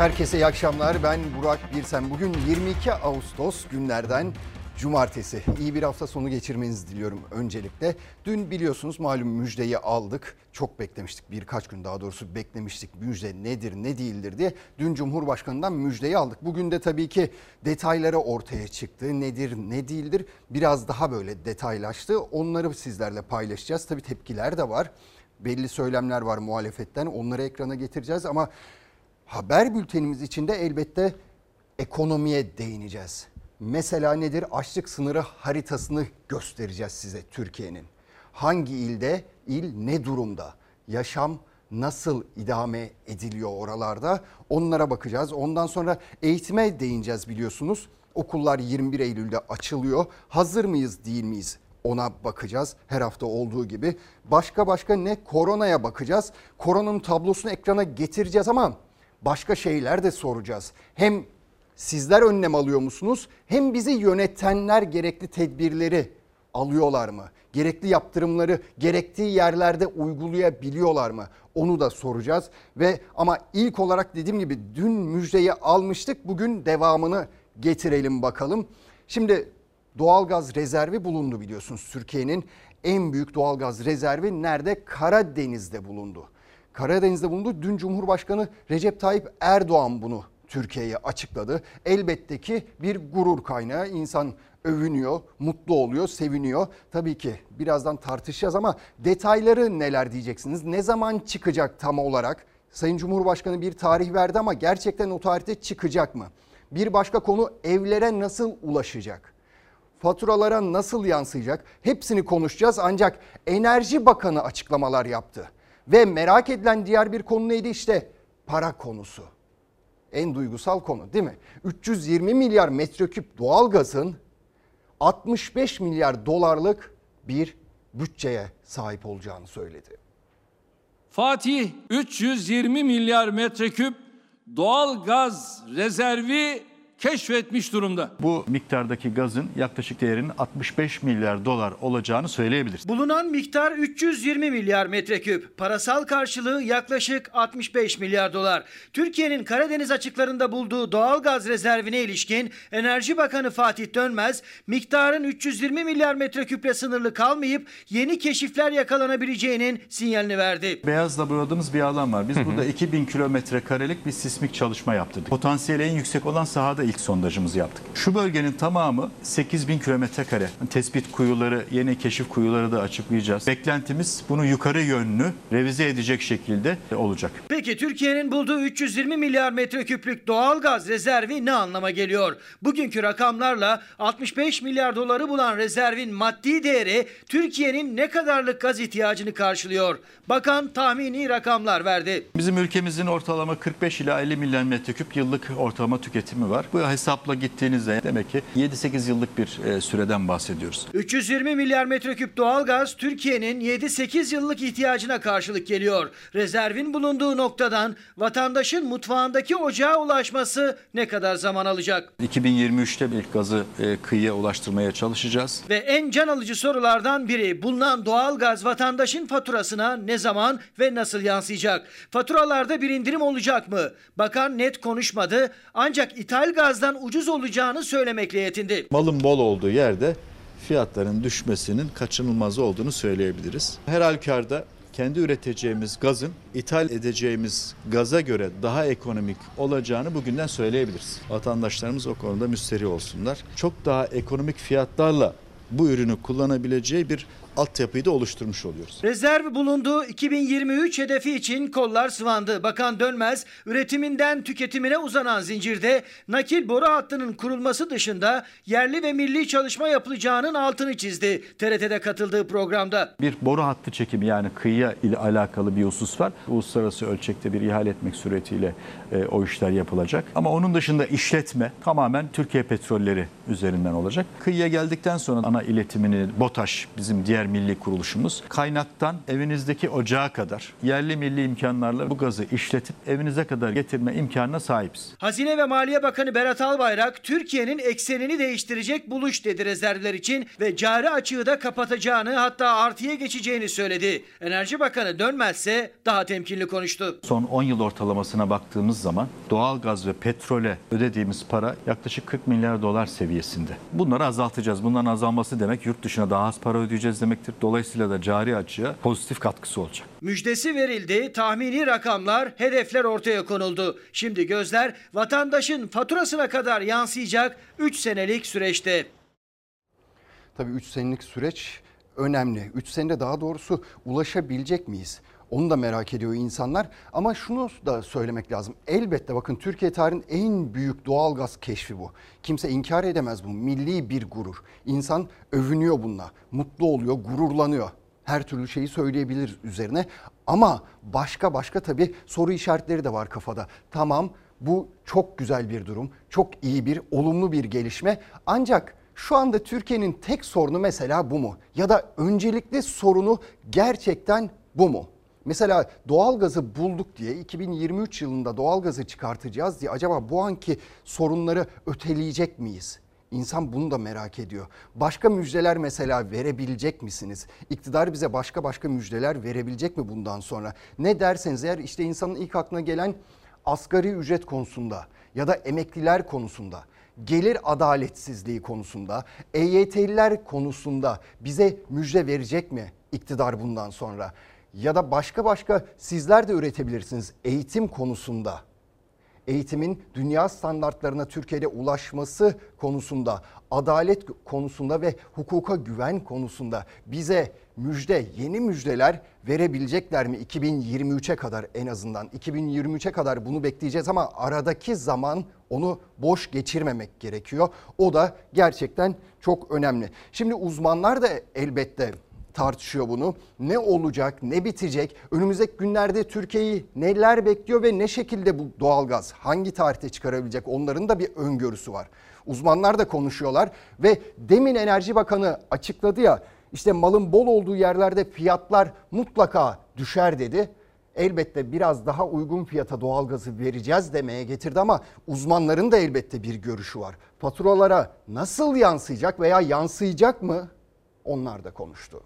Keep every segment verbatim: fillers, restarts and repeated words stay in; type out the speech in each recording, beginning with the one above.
Herkese iyi akşamlar. Ben Burak Birsen. Bugün yirmi iki Ağustos günlerden cumartesi. İyi bir hafta sonu geçirmenizi diliyorum öncelikle. Dün biliyorsunuz malum müjdeyi aldık. Çok beklemiştik. Birkaç gün daha doğrusu beklemiştik. Müjde nedir ne değildir diye. Dün Cumhurbaşkanı'ndan müjdeyi aldık. Bugün de tabii ki detayları ortaya çıktı. Nedir ne değildir biraz daha böyle detaylaştı. Onları sizlerle paylaşacağız. Tabii tepkiler de var. Belli söylemler var muhalefetten. Onları ekrana getireceğiz ama haber bültenimiz içinde elbette ekonomiye değineceğiz. Mesela nedir? Açlık sınırı haritasını göstereceğiz size Türkiye'nin. Hangi ilde, il ne durumda? Yaşam nasıl idame ediliyor oralarda? Onlara bakacağız. Ondan sonra eğitime değineceğiz biliyorsunuz. Okullar yirmi bir Eylül'de açılıyor. Hazır mıyız değil miyiz? Ona bakacağız her hafta olduğu gibi. Başka başka ne? Koronaya bakacağız. Koronanın tablosunu ekrana getireceğiz ama başka şeyler de soracağız. Hem sizler önlem alıyor musunuz? Hem bizi yönetenler gerekli tedbirleri alıyorlar mı? Gerekli yaptırımları gerektiği yerlerde uygulayabiliyorlar mı? Onu da soracağız. Ve ama ilk olarak dediğim gibi dün müjdeyi almıştık. Bugün devamını getirelim bakalım. Şimdi doğalgaz rezervi bulundu biliyorsunuz. Türkiye'nin en büyük doğalgaz rezervi nerede? Karadeniz'de bulundu. Karadeniz'de bulundu. Dün Cumhurbaşkanı Recep Tayyip Erdoğan bunu Türkiye'ye açıkladı. Elbette ki bir gurur kaynağı. İnsan övünüyor, mutlu oluyor, seviniyor. Tabii ki birazdan tartışacağız ama detayları neler diyeceksiniz? Ne zaman çıkacak tam olarak? Sayın Cumhurbaşkanı bir tarih verdi ama gerçekten o tarihte çıkacak mı? Bir başka konu evlere nasıl ulaşacak? Faturalara nasıl yansıyacak? Hepsini konuşacağız ancak Enerji Bakanı açıklamalar yaptı. Ve merak edilen diğer bir konu neydi? İşte para konusu. En duygusal konu değil mi? üç yüz yirmi milyar metreküp doğalgazın altmış beş milyar dolarlık bir bütçeye sahip olacağını söyledi. Fatih üç yüz yirmi milyar metreküp doğalgaz rezervi keşfetmiş durumda. Bu miktardaki gazın yaklaşık değerinin altmış beş milyar dolar olacağını söyleyebiliriz. Bulunan miktar üç yüz yirmi milyar metreküp. Parasal karşılığı yaklaşık altmış beş milyar dolar. Türkiye'nin Karadeniz açıklarında bulduğu doğalgaz rezervine ilişkin Enerji Bakanı Fatih Dönmez, miktarın üç yüz yirmi milyar metreküple sınırlı kalmayıp yeni keşifler yakalanabileceğinin sinyalini verdi. Beyazla boyadığımız bir alan var. Biz hı hı. burada iki bin kilometre karelik bir sismik çalışma yaptırdık. Potansiyeli en yüksek olan sahada ilk sondajımızı yaptık. Şu bölgenin tamamı sekiz bin kilometre kare. Tespit kuyuları, yeni keşif kuyuları da açıklayacağız. Beklentimiz bunu yukarı yönlü revize edecek şekilde olacak. Peki Türkiye'nin bulduğu üç yüz yirmi milyar metreküplük doğalgaz rezervi ne anlama geliyor? Bugünkü rakamlarla altmış beş milyar doları bulan rezervin maddi değeri Türkiye'nin ne kadarlık gaz ihtiyacını karşılıyor? Bakan tahmini rakamlar verdi. Bizim ülkemizin ortalama kırk beş ila elli milyar metreküp yıllık ortalama tüketimi var. Bu hesapla gittiğinizde demek ki yedi sekiz yıllık bir süreden bahsediyoruz. üç yüz yirmi milyar metreküp doğalgaz Türkiye'nin yedi sekiz yıllık ihtiyacına karşılık geliyor. Rezervin bulunduğu noktadan vatandaşın mutfağındaki ocağa ulaşması ne kadar zaman alacak? iki bin yirmi üçte ilk gazı kıyıya ulaştırmaya çalışacağız. Ve en can alıcı sorulardan biri bulunan doğalgaz vatandaşın faturasına ne zaman ve nasıl yansıyacak? Faturalarda bir indirim olacak mı? Bakan net konuşmadı ancak ithal gazdan ucuz olacağını söylemekle yetindi. Malın bol olduğu yerde fiyatların düşmesinin kaçınılmaz olduğunu söyleyebiliriz. Her halükarda kendi üreteceğimiz gazın ithal edeceğimiz gaza göre daha ekonomik olacağını bugünden söyleyebiliriz. Vatandaşlarımız o konuda müsterih olsunlar. Çok daha ekonomik fiyatlarla bu ürünü kullanabileceği bir altyapıyı da oluşturmuş oluyoruz. Rezerv bulunduğu iki bin yirmi üç hedefi için kollar sıvandı. Bakan Dönmez, üretiminden tüketimine uzanan zincirde nakil boru hattının kurulması dışında yerli ve milli çalışma yapılacağının altını çizdi. T R T'de katıldığı programda. Bir boru hattı çekimi yani kıyıya ile alakalı bir husus var. Uluslararası ölçekte bir ihale etmek suretiyle e, o işler yapılacak. Ama onun dışında işletme tamamen Türkiye Petrolleri üzerinden olacak. Kıyıya geldikten sonra ana iletimini BOTAŞ bizim diğer diğer milli kuruluşumuz. Kaynaktan evinizdeki ocağa kadar yerli milli imkanlarla bu gazı işletip evinize kadar getirme imkanına sahibiz. Hazine ve Maliye Bakanı Berat Albayrak, Türkiye'nin eksenini değiştirecek buluş dedi rezervler için ve cari açığı da kapatacağını, hatta artıya geçeceğini söyledi. Enerji Bakanı dönmezse daha temkinli konuştu. Son on yıl ortalamasına baktığımız zaman doğal gaz ve petrole ödediğimiz para yaklaşık kırk milyar dolar seviyesinde. Bunları azaltacağız. Bunların azalması demek yurt dışına daha az para ödeyeceğiz demektir. Dolayısıyla da cari açığa pozitif katkısı olacak. Müjdesi verildi, tahmini rakamlar, hedefler ortaya konuldu. Şimdi gözler vatandaşın faturasına kadar yansıyacak üç senelik süreçte. Tabii üç senelik süreç önemli. üç senede daha doğrusu ulaşabilecek miyiz? Onu da merak ediyor insanlar. Ama şunu da söylemek lazım. Elbette bakın, Türkiye tarihinin en büyük doğalgaz keşfi bu. Kimse inkar edemez bu. Milli bir gurur. İnsan övünüyor bununla. Mutlu oluyor, gururlanıyor. Her türlü şeyi söyleyebilir üzerine. Ama başka başka tabii soru işaretleri de var kafada. Tamam, bu çok güzel bir durum. Çok iyi bir, olumlu bir gelişme. Ancak şu anda Türkiye'nin tek sorunu mesela bu mu? Ya da öncelikli sorunu gerçekten bu mu? Mesela doğalgazı bulduk diye, iki bin yirmi üç yılında doğalgazı çıkartacağız diye acaba bu anki sorunları öteleyecek miyiz? İnsan bunu da merak ediyor. Başka müjdeler mesela verebilecek misiniz? İktidar bize başka başka müjdeler verebilecek mi bundan sonra? Ne derseniz eğer, işte insanın ilk aklına gelen asgari ücret konusunda ya da emekliler konusunda, gelir adaletsizliği konusunda, E Y T'liler konusunda bize müjde verecek mi iktidar bundan sonra? Ya da başka başka sizler de üretebilirsiniz eğitim konusunda. Eğitimin dünya standartlarına Türkiye'de ulaşması konusunda, adalet konusunda ve hukuka güven konusunda bize müjde, yeni müjdeler verebilecekler mi iki bin yirmi üçe kadar en azından? iki bin yirmi üçe kadar bunu bekleyeceğiz ama aradaki zaman onu boş geçirmemek gerekiyor. O da gerçekten çok önemli. Şimdi uzmanlar da elbette tartışıyor bunu. Ne olacak, ne bitecek? Önümüzdeki günlerde Türkiye'yi neler bekliyor ve ne şekilde bu doğalgaz hangi tarihte çıkarabilecek? Onların da bir öngörüsü var. Uzmanlar da konuşuyorlar ve demin Enerji Bakanı açıkladı ya, işte malın bol olduğu yerlerde fiyatlar mutlaka düşer dedi. Elbette biraz daha uygun fiyata doğalgazı vereceğiz demeye getirdi ama uzmanların da elbette bir görüşü var. Faturalara nasıl yansıyacak veya yansıyacak mı? Onlar da konuştu.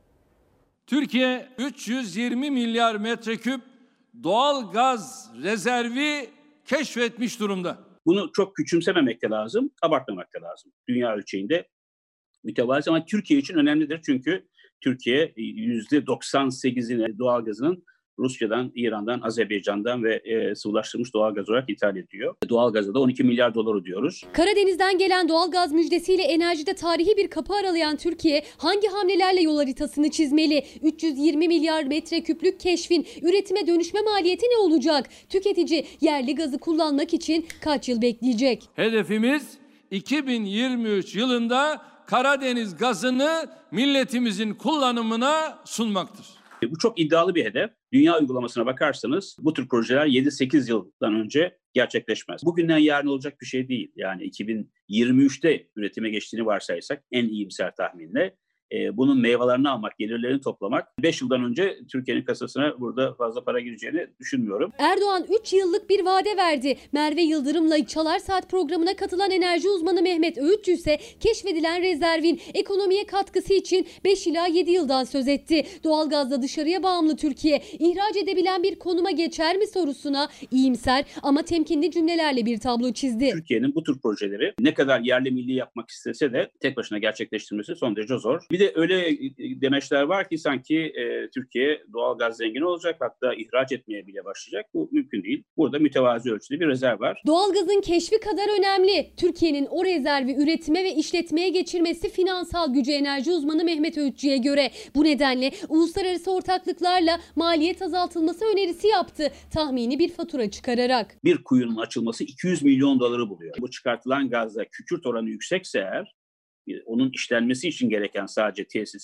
Türkiye üç yüz yirmi milyar metreküp doğal gaz rezervi keşfetmiş durumda. Bunu çok küçümsememek de lazım, abartmamak da lazım. Dünya ölçeğinde mütevazi ama Türkiye için önemlidir. Çünkü Türkiye yüzde doksan sekizini doğalgazının Rusya'dan, İran'dan, Azerbaycan'dan ve e, sıvılaştırılmış doğalgaz olarak ithal ediyor. Doğalgaza da on iki milyar dolar ödüyoruz. Karadeniz'den gelen doğalgaz müjdesiyle enerjide tarihi bir kapı aralayan Türkiye hangi hamlelerle yol haritasını çizmeli? üç yüz yirmi milyar metreküplük keşfin üretime dönüşme maliyeti ne olacak? Tüketici yerli gazı kullanmak için kaç yıl bekleyecek? Hedefimiz iki bin yirmi üç yılında Karadeniz gazını milletimizin kullanımına sunmaktır. Bu çok iddialı bir hedef. Dünya uygulamasına bakarsanız bu tür projeler yedi sekiz yıldan önce gerçekleşmez. Bugünden yarın olacak bir şey değil. Yani iki bin yirmi üçte üretime geçtiğini varsaysak en iyimser tahminle e, bunun meyvelerini almak, gelirlerini toplamak beş yıldan önce Türkiye'nin kasasına burada fazla para gireceğini düşünmüyorum. Erdoğan üç yıllık bir vade verdi. Merve Yıldırım'la Çalar Saat programına katılan enerji uzmanı Mehmet Öğütçü ise keşfedilen rezervin ekonomiye katkısı için beş ila yedi yıldan söz etti. Doğalgazla dışarıya bağımlı Türkiye ihraç edebilen bir konuma geçer mi sorusuna iyimser ama temkinli cümlelerle bir tablo çizdi. Türkiye'nin bu tür projeleri ne kadar yerli milli yapmak istese de tek başına gerçekleştirmesi son derece zor. Bir de öyle demeçler var ki sanki e, Türkiye doğalgaz zengini olacak, hatta ihraç etmeye bile başlayacak. Bu mümkün değil. Burada mütevazi ölçüde bir rezerv var. Doğalgazın keşfi kadar önemli. Türkiye'nin o rezervi üretime ve işletmeye geçirmesi finansal gücü enerji uzmanı Mehmet Öğütçü'ye göre. Bu nedenle uluslararası ortaklıklarla maliyet azaltılması önerisi yaptı. Tahmini bir fatura çıkararak. Bir kuyunun açılması iki yüz milyon doları buluyor. Bu çıkartılan gazda kükürt oranı yüksekse eğer, onun işlenmesi için gereken sadece tesise biz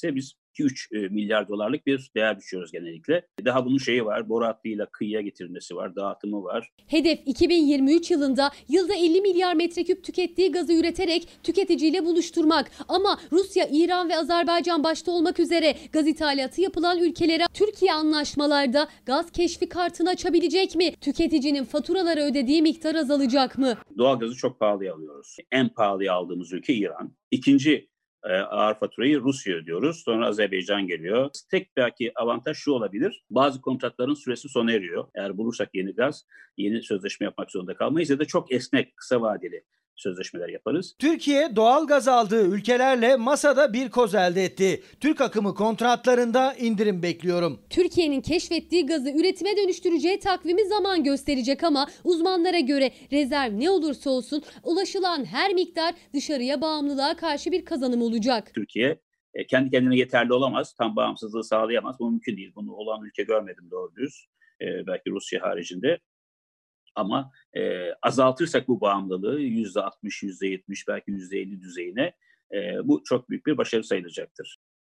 iki üç milyar dolarlık bir değer düşüyoruz genellikle. Daha bunun şeyi var, boru hattıyla kıyıya getirilmesi var, dağıtımı var. Hedef iki bin yirmi üç yılında yılda elli milyar metreküp tükettiği gazı üreterek tüketiciyle buluşturmak. Ama Rusya, İran ve Azerbaycan başta olmak üzere gaz ithalatı yapılan ülkelere Türkiye anlaşmalarda gaz keşfi kartını açabilecek mi? Tüketicinin faturaları ödediği miktar azalacak mı? Doğalgazı çok pahalıya alıyoruz. En pahalıya aldığımız ülke İran. İkinci ağır faturayı Rusya ödüyoruz. Sonra Azerbaycan geliyor. Tek belki avantaj şu olabilir. Bazı kontratların süresi sona eriyor. Eğer bulursak yeni gaz, yeni sözleşme yapmak zorunda kalmayız ya da çok esnek, kısa vadeli sözleşmeler yaparız. Türkiye doğal gaz aldığı ülkelerle masada bir koz elde etti. Türk akımı kontratlarında indirim bekliyorum. Türkiye'nin keşfettiği gazı üretime dönüştüreceği takvimi zaman gösterecek ama uzmanlara göre rezerv ne olursa olsun ulaşılan her miktar dışarıya bağımlılığa karşı bir kazanım olacak. Türkiye kendi kendine yeterli olamaz, tam bağımsızlığı sağlayamaz. Bu mümkün değil. Bunu olan ülke görmedim doğru düz. Ee, belki Rusya haricinde. Ama e, azaltırsak bu bağımlılığı yüzde altmış, yüzde yetmiş, belki yüzde elli düzeyine e, bu çok büyük bir başarı sayılacaktır.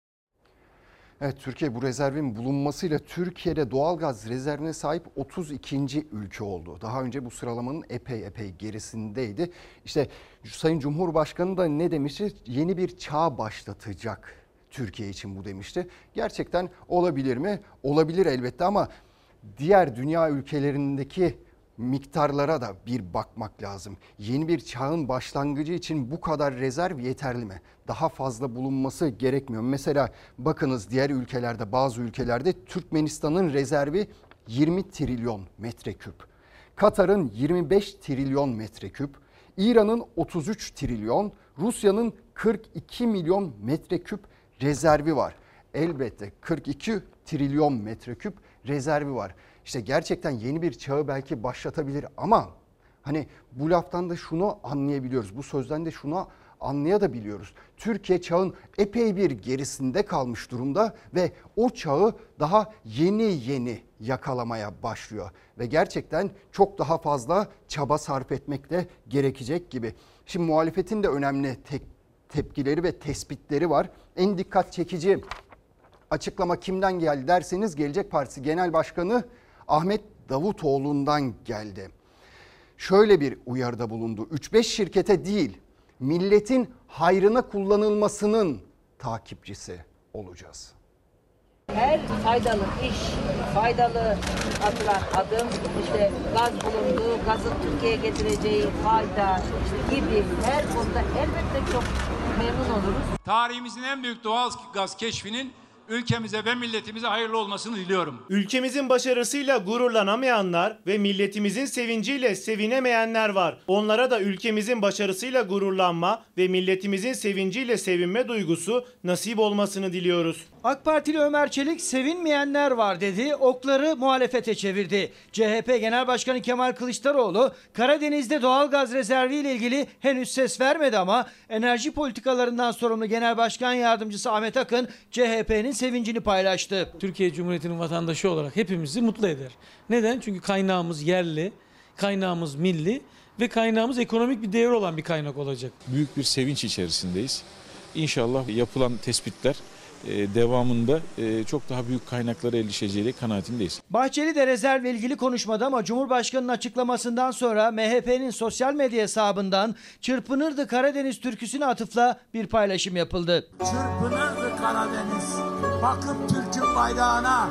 Evet, Türkiye bu rezervin bulunmasıyla Türkiye'de doğalgaz rezervine sahip otuz ikinci ülke oldu. Daha önce bu sıralamanın epey epey gerisindeydi. İşte Sayın Cumhurbaşkanı da ne demişti? Yeni bir çağ başlatacak Türkiye için bu demişti. Gerçekten olabilir mi? Olabilir elbette ama diğer dünya ülkelerindeki miktarlara da bir bakmak lazım. Yeni bir çağın başlangıcı için bu kadar rezerv yeterli mi? Daha fazla bulunması gerekmiyor. Mesela bakınız diğer ülkelerde, bazı ülkelerde Türkmenistan'ın rezervi yirmi trilyon metreküp. Katar'ın yirmi beş trilyon metreküp. İran'ın otuz üç trilyon, Rusya'nın kırk iki milyon metreküp rezervi var. Elbette kırk iki trilyon metreküp rezervi var. İşte gerçekten yeni bir çağı belki başlatabilir ama hani bu laftan da şunu anlayabiliyoruz. Bu sözden de şunu anlayabiliyoruz. Türkiye çağın epey bir gerisinde kalmış durumda ve o çağı daha yeni yeni yakalamaya başlıyor. Ve gerçekten çok daha fazla çaba sarf etmek de gerekecek gibi. Şimdi muhalefetin de önemli te- tepkileri ve tespitleri var. En dikkat çekici açıklama kimden geldi derseniz Gelecek Partisi Genel Başkanı Ahmet Davutoğlu'ndan geldi. Şöyle bir uyarıda bulundu. üç beş şirkete değil, milletin hayrına kullanılmasının takipçisi olacağız. Her faydalı iş, faydalı atılan adım, işte gaz bulundu, gazın Türkiye'ye getireceği fayda gibi her konuda elbette çok memnun oluruz. Tarihimizin en büyük doğal gaz keşfinin ülkemize ve milletimize hayırlı olmasını diliyorum. Ülkemizin başarısıyla gururlanamayanlar ve milletimizin sevinciyle sevinemeyenler var. Onlara da ülkemizin başarısıyla gururlanma ve milletimizin sevinciyle sevinme duygusu nasip olmasını diliyoruz. AK Partili Ömer Çelik sevinmeyenler var dedi, okları muhalefete çevirdi. C H P Genel Başkanı Kemal Kılıçdaroğlu Karadeniz'de doğalgaz rezervi ile ilgili henüz ses vermedi ama enerji politikalarından sorumlu Genel Başkan Yardımcısı Ahmet Akın C H P'nin sevincini paylaştı. Türkiye Cumhuriyeti'nin vatandaşı olarak hepimizi mutlu eder. Neden? Çünkü kaynağımız yerli, kaynağımız milli ve kaynağımız ekonomik bir değer olan bir kaynak olacak. Büyük bir sevinç içerisindeyiz. İnşallah yapılan tespitler devamında çok daha büyük kaynaklara erişeceği kanaatindeyiz. Bahçeli de rezervle ilgili konuşmadı ama Cumhurbaşkanı'nın açıklamasından sonra M H P'nin sosyal medya hesabından "Çırpınırdı Karadeniz" türküsüne atıfla bir paylaşım yapıldı. Çırpınırdı Karadeniz, bakıp Türk'ün bayrağına.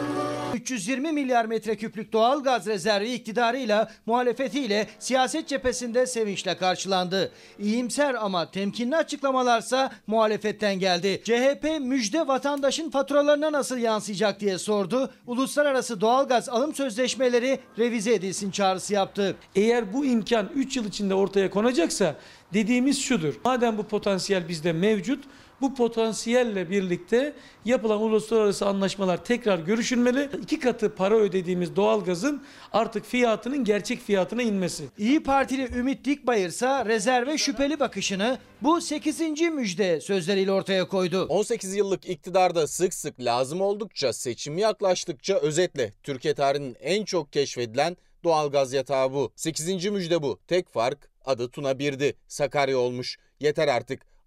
üç yüz yirmi milyar metreküplük doğal gaz rezervi iktidarıyla, muhalefetiyle siyaset cephesinde sevinçle karşılandı. İyimser ama temkinli açıklamalarsa muhalefetten geldi. C H P müjde vatandaşın faturalarına nasıl yansıyacak diye sordu. Uluslararası doğalgaz alım sözleşmeleri revize edilsin çağrısı yaptı. Eğer bu imkan üç yıl içinde ortaya konacaksa dediğimiz şudur. Madem bu potansiyel bizde mevcut, bu potansiyelle birlikte yapılan uluslararası anlaşmalar tekrar görüşülmeli. İki katı para ödediğimiz doğalgazın artık fiyatının gerçek fiyatına inmesi. İyi Partili Ümit Dikbayır ise rezerve şüpheli bakışını bu sekizinci müjde sözleriyle ortaya koydu. on sekiz yıllık iktidarda sık sık lazım oldukça, seçim yaklaştıkça özetle Türkiye tarihinin en çok keşfedilen doğalgaz yatağı bu. sekizinci müjde bu. Tek fark adı Tuna bir'di. Sakarya olmuş. Yeter artık.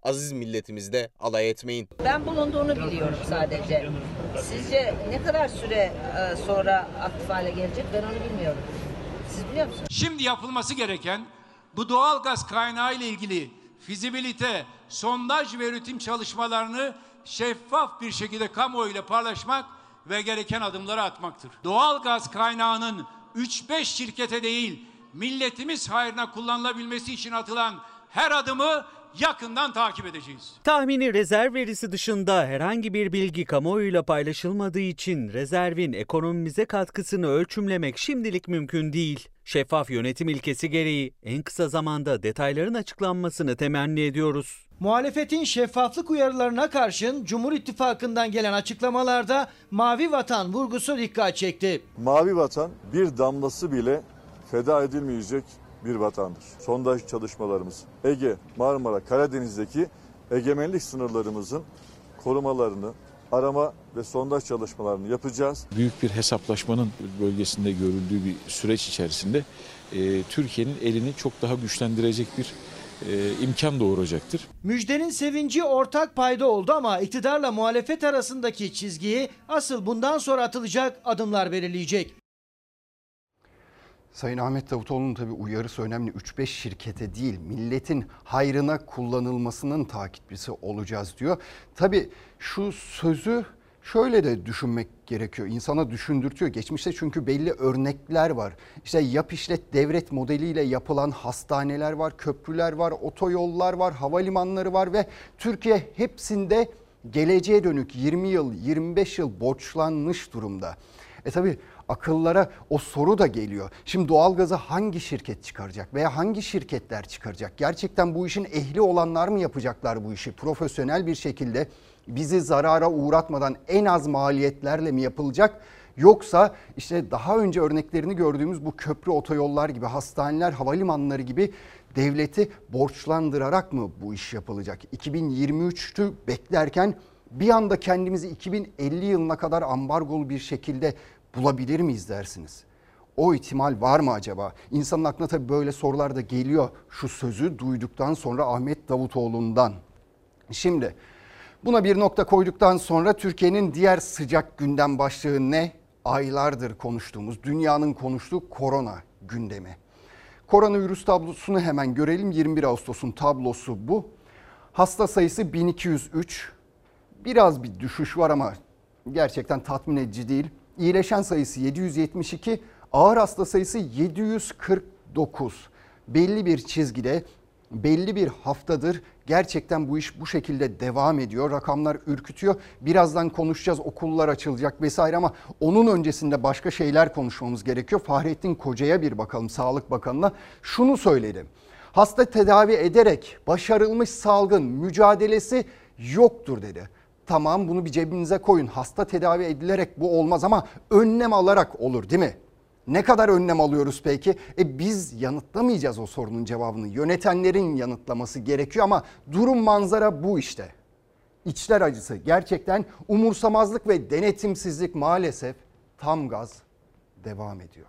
Aziz milletimizle alay etmeyin. Ben bulunduğunu biliyorum sadece. Sizce ne kadar süre sonra aktif hale gelecek ben onu bilmiyorum. Siz biliyor musunuz? Şimdi yapılması gereken bu doğal gaz kaynağı ile ilgili fizibilite, sondaj ve üretim çalışmalarını şeffaf bir şekilde kamuoyuyla paylaşmak ve gereken adımları atmaktır. Doğal gaz kaynağının üç beş şirkete değil, milletimiz hayrına kullanılabilmesi için atılan her adımı yakından takip edeceğiz. Tahmini rezerv verisi dışında herhangi bir bilgi kamuoyuyla paylaşılmadığı için rezervin ekonomimize katkısını ölçümlemek şimdilik mümkün değil. Şeffaf yönetim ilkesi gereği en kısa zamanda detayların açıklanmasını temenni ediyoruz. Muhalefetin şeffaflık uyarılarına karşın Cumhur İttifakı'ndan gelen açıklamalarda mavi vatan vurgusu dikkat çekti. Mavi vatan bir damlası bile feda edilmeyecek bir vatandır. Sondaj çalışmalarımız Ege, Marmara, Karadeniz'deki egemenlik sınırlarımızın korumalarını, arama ve sondaj çalışmalarını yapacağız. Büyük bir hesaplaşmanın bölgesinde görüldüğü bir süreç içerisinde e, Türkiye'nin elini çok daha güçlendirecek bir e, imkan doğuracaktır. Müjdenin sevinci ortak payda oldu ama iktidarla muhalefet arasındaki çizgiyi asıl bundan sonra atılacak adımlar belirleyecek. Sayın Ahmet Davutoğlu'nun tabii uyarısı önemli. üç beş şirkete değil, milletin hayrına kullanılmasının takipçisi olacağız diyor. Tabii şu sözü şöyle de düşünmek gerekiyor. İnsana düşündürtüyor. Geçmişte çünkü belli örnekler var. İşte yap işlet devret modeliyle yapılan hastaneler var, köprüler var, otoyollar var, havalimanları var ve Türkiye hepsinde geleceğe dönük yirmi yıl, yirmi beş yıl borçlanmış durumda. E tabii akıllara o soru da geliyor. Şimdi doğalgazı hangi şirket çıkaracak veya hangi şirketler çıkaracak? Gerçekten bu işin ehli olanlar mı yapacaklar bu işi? Profesyonel bir şekilde bizi zarara uğratmadan en az maliyetlerle mi yapılacak? Yoksa işte daha önce örneklerini gördüğümüz bu köprü, otoyollar gibi, hastaneler, havalimanları gibi devleti borçlandırarak mı bu iş yapılacak? iki bin yirmi üç'tü beklerken bir anda kendimizi iki bin elli yılına kadar ambargolu bir şekilde bulabilir miyiz dersiniz? O ihtimal var mı acaba? İnsanın aklına tabii böyle sorular da geliyor şu sözü duyduktan sonra Ahmet Davutoğlu'ndan. Şimdi buna bir nokta koyduktan sonra Türkiye'nin diğer sıcak gündem başlığı ne? Aylardır konuştuğumuz, dünyanın konuştuğu korona gündemi. Koronavirüs tablosunu hemen görelim. yirmi bir Ağustos'un tablosu bu. Hasta sayısı bin iki yüz üç. Biraz bir düşüş var ama gerçekten tatmin edici değil. İyileşen sayısı yedi yüz yetmiş iki, ağır hasta sayısı yedi yüz kırk dokuz. Belli bir çizgide, belli bir haftadır gerçekten bu iş bu şekilde devam ediyor. Rakamlar ürkütüyor. Birazdan konuşacağız, okullar açılacak vesaire ama onun öncesinde başka şeyler konuşmamız gerekiyor. Fahrettin Koca'ya bir bakalım, Sağlık Bakanı'na. Şunu söyledi. Hasta tedavi ederek başarılmış salgın mücadelesi yoktur dedi. Tamam, bunu bir cebinize koyun. Hasta tedavi edilerek bu olmaz ama önlem alarak olur değil mi? Ne kadar önlem alıyoruz peki? E biz yanıtlamayacağız o sorunun cevabını. Yönetenlerin yanıtlaması gerekiyor ama durum manzara bu işte. İçler acısı, gerçekten umursamazlık ve denetimsizlik maalesef tam gaz devam ediyor.